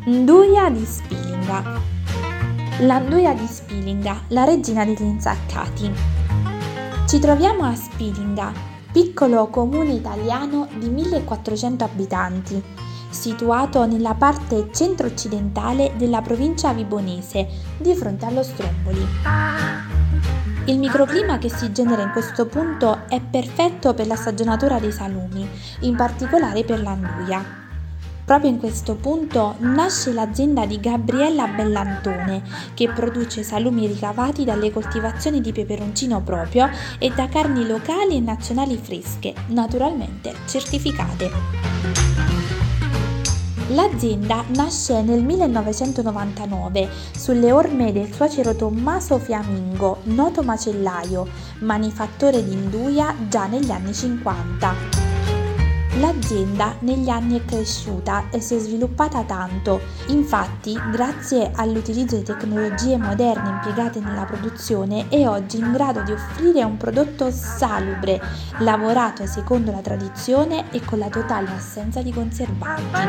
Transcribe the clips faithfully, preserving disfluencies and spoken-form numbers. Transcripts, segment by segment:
Nduja di Spilinga. La Nduja di Spilinga, la regina degli insaccati. Ci troviamo a Spilinga, piccolo comune italiano di millequattrocento abitanti, situato nella parte centro-occidentale della provincia vibonese, di fronte allo Stromboli. Il microclima che si genera in questo punto è perfetto per la stagionatura dei salumi, in particolare per la Nduja. Proprio in questo punto nasce l'azienda di Gabriella Bellantone, che produce salumi ricavati dalle coltivazioni di peperoncino proprio e da carni locali e nazionali fresche, naturalmente certificate. L'azienda nasce nel millenovecentonovantanove sulle orme del suocero Tommaso Fiamingo, noto macellaio, manifattore di Nduja già negli anni cinquanta. L'azienda negli anni è cresciuta e si è sviluppata tanto, infatti grazie all'utilizzo di tecnologie moderne impiegate nella produzione è oggi in grado di offrire un prodotto salubre, lavorato secondo la tradizione e con la totale assenza di conservanti.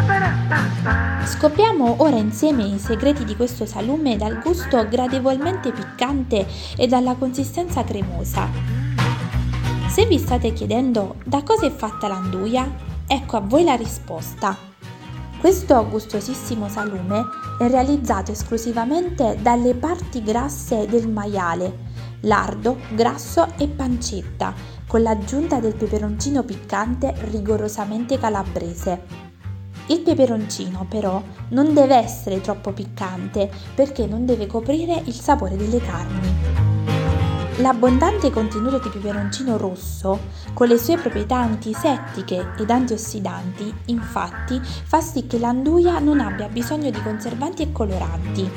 Scopriamo ora insieme i segreti di questo salume dal gusto gradevolmente piccante e dalla consistenza cremosa. Se vi state chiedendo da cosa è fatta la Nduja, ecco a voi la risposta. Questo gustosissimo salume è realizzato esclusivamente dalle parti grasse del maiale, lardo, grasso e pancetta, con l'aggiunta del peperoncino piccante rigorosamente calabrese. Il peperoncino però non deve essere troppo piccante perché non deve coprire il sapore delle carni. L'abbondante contenuto di peperoncino rosso, con le sue proprietà antisettiche ed antiossidanti, infatti, fa sì che la Nduja non abbia bisogno di conservanti e coloranti.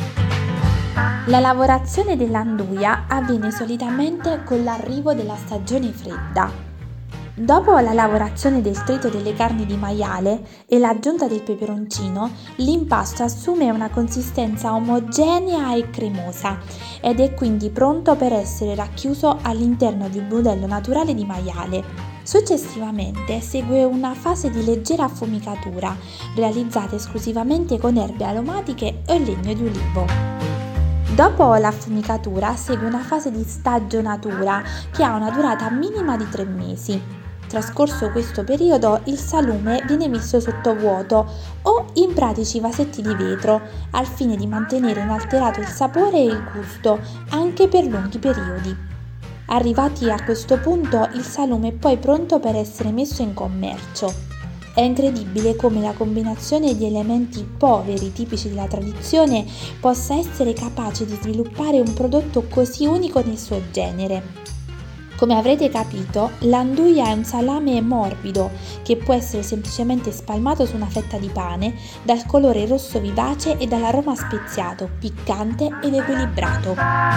La lavorazione della Nduja avviene solitamente con l'arrivo della stagione fredda. Dopo la lavorazione del trito delle carni di maiale e l'aggiunta del peperoncino, l'impasto assume una consistenza omogenea e cremosa ed è quindi pronto per essere racchiuso all'interno di un budello naturale di maiale. Successivamente segue una fase di leggera affumicatura, realizzata esclusivamente con erbe aromatiche e legno di ulivo. Dopo l'affumicatura segue una fase di stagionatura che ha una durata minima di tre mesi. Trascorso questo periodo, il salume viene messo sotto vuoto o in pratici vasetti di vetro, al fine di mantenere inalterato il sapore e il gusto, anche per lunghi periodi. Arrivati a questo punto, il salume è poi pronto per essere messo in commercio. È incredibile come la combinazione di elementi poveri tipici della tradizione possa essere capace di sviluppare un prodotto così unico nel suo genere. Come avrete capito, la Nduja è un salame morbido che può essere semplicemente spalmato su una fetta di pane, dal colore rosso vivace e dall'aroma speziato, piccante ed equilibrato.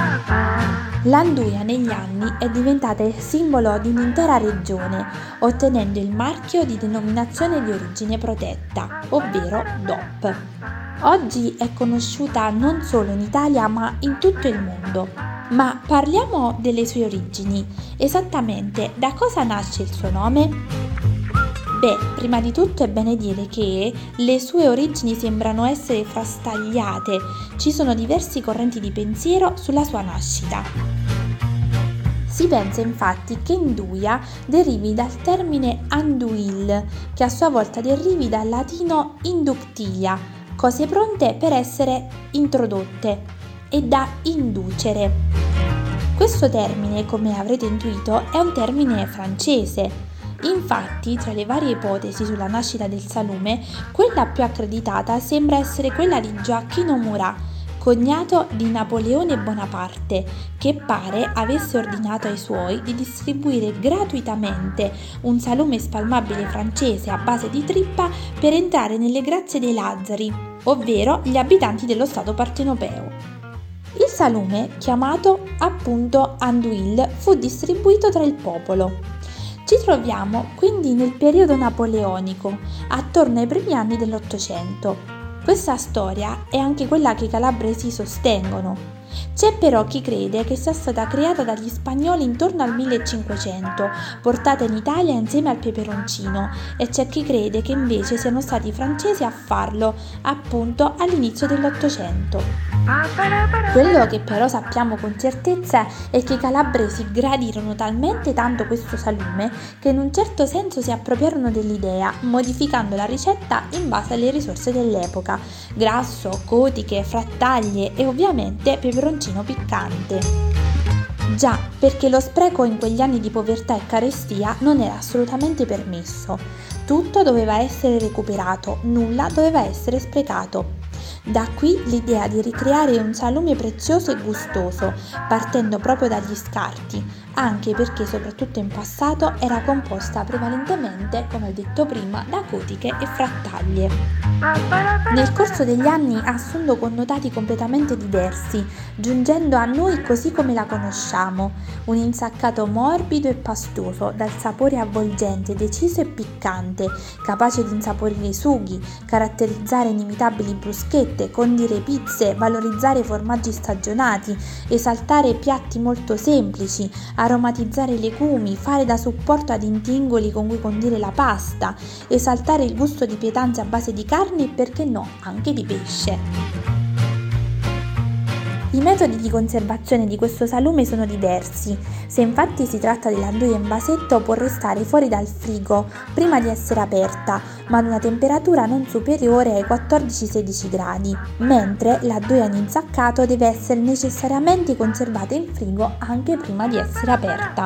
La Nduja negli anni è diventata il simbolo di un'intera regione, ottenendo il marchio di denominazione di origine protetta, ovvero D O P. Oggi è conosciuta non solo in Italia ma in tutto il mondo. Ma parliamo delle sue origini. Esattamente da cosa nasce il suo nome? Beh, prima di tutto è bene dire che le sue origini sembrano essere frastagliate. Ci sono diversi correnti di pensiero sulla sua nascita. Si pensa infatti che Nduja derivi dal termine anduil, che a sua volta derivi dal latino inductia, cose pronte per essere introdotte, e da inducere. Questo termine, come avrete intuito, è un termine francese. Infatti, tra le varie ipotesi sulla nascita del salume, quella più accreditata sembra essere quella di Gioacchino Murat, cognato di Napoleone Bonaparte, che pare avesse ordinato ai suoi di distribuire gratuitamente un salume spalmabile francese a base di trippa per entrare nelle grazie dei Lazzari, ovvero gli abitanti dello Stato partenopeo. Il salume, chiamato appunto anduil, fu distribuito tra il popolo. Ci troviamo quindi nel periodo napoleonico, attorno ai primi anni dell'Ottocento. Questa storia è anche quella che i calabresi sostengono. C'è però chi crede che sia stata creata dagli spagnoli intorno al millecinquecento, portata in Italia insieme al peperoncino, e c'è chi crede che invece siano stati i francesi a farlo, appunto all'inizio dell'Ottocento. Quello che però sappiamo con certezza è che i calabresi gradirono talmente tanto questo salume che in un certo senso si appropriarono dell'idea, modificando la ricetta in base alle risorse dell'epoca: grasso, cotiche, frattaglie e ovviamente peperoncino piccante. Già, perché lo spreco in quegli anni di povertà e carestia non era assolutamente permesso. Tutto doveva essere recuperato, nulla doveva essere sprecato. Da qui l'idea di ricreare un salume prezioso e gustoso, partendo proprio dagli scarti, anche perché soprattutto in passato era composta prevalentemente, come ho detto prima, da cotiche e frattaglie. Nel corso degli anni ha assunto connotati completamente diversi, giungendo a noi così come la conosciamo: un insaccato morbido e pastoso, dal sapore avvolgente, deciso e piccante, capace di insaporire i sughi, caratterizzare inimitabili bruschette, condire pizze, valorizzare formaggi stagionati, esaltare piatti molto semplici, aromatizzare legumi, fare da supporto ad intingoli con cui condire la pasta, esaltare il gusto di pietanze a base di carne e, perché no, anche di pesce. I metodi di conservazione di questo salume sono diversi. Se infatti si tratta dell'anduia in vasetto, può restare fuori dal frigo prima di essere aperta, ma ad una temperatura non superiore ai quattordici sedici gradi, mentre l'anduia in insaccato deve essere necessariamente conservata in frigo anche prima di essere aperta.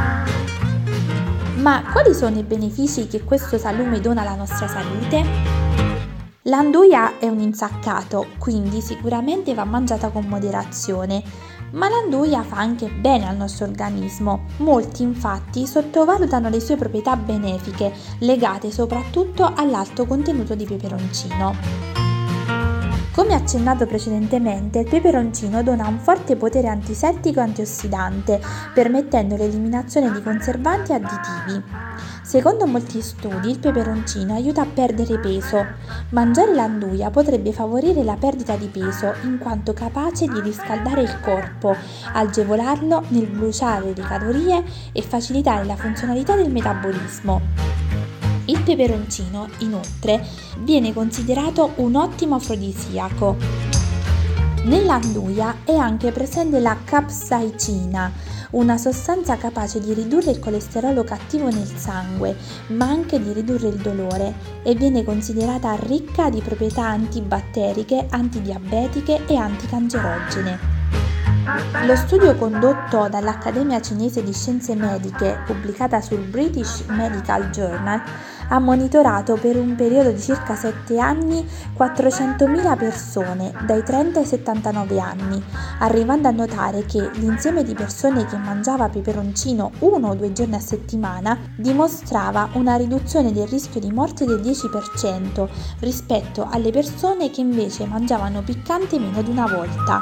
Ma quali sono i benefici che questo salume dona alla nostra salute? L'anduia è un insaccato, quindi sicuramente va mangiata con moderazione, ma l'anduia fa anche bene al nostro organismo. Molti infatti sottovalutano le sue proprietà benefiche, legate soprattutto all'alto contenuto di peperoncino. Come accennato precedentemente, il peperoncino dona un forte potere antisettico e antiossidante, permettendo l'eliminazione di conservanti e additivi. Secondo molti studi, il peperoncino aiuta a perdere peso. Mangiare l'anduia potrebbe favorire la perdita di peso, in quanto capace di riscaldare il corpo, agevolarlo nel bruciare le calorie e facilitare la funzionalità del metabolismo. Il peperoncino, inoltre, viene considerato un ottimo afrodisiaco. Nell'anduia è anche presente la capsaicina, una sostanza capace di ridurre il colesterolo cattivo nel sangue, ma anche di ridurre il dolore, e viene considerata ricca di proprietà antibatteriche, antidiabetiche e anticancerogene. Lo studio condotto dall'Accademia Cinese di Scienze Mediche, pubblicata sul British Medical Journal, ha monitorato per un periodo di circa sette anni quattrocentomila persone dai trenta ai settantanove anni, arrivando a notare che l'insieme di persone che mangiava peperoncino uno o due giorni a settimana dimostrava una riduzione del rischio di morte del dieci per cento rispetto alle persone che invece mangiavano piccante meno di una volta.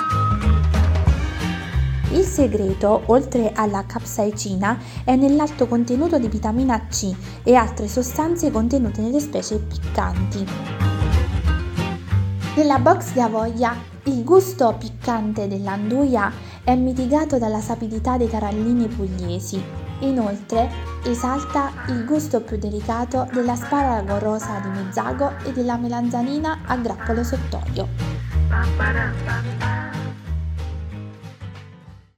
Il segreto, oltre alla capsaicina, è nell'alto contenuto di vitamina C e altre sostanze contenute nelle specie piccanti. Nella box di Avoya, il gusto piccante dell'anduia è mitigato dalla sapidità dei tarallini pugliesi. Inoltre, esalta il gusto più delicato dell'asparago rosa di Mezzago e della melanzanina a grappolo sott'olio.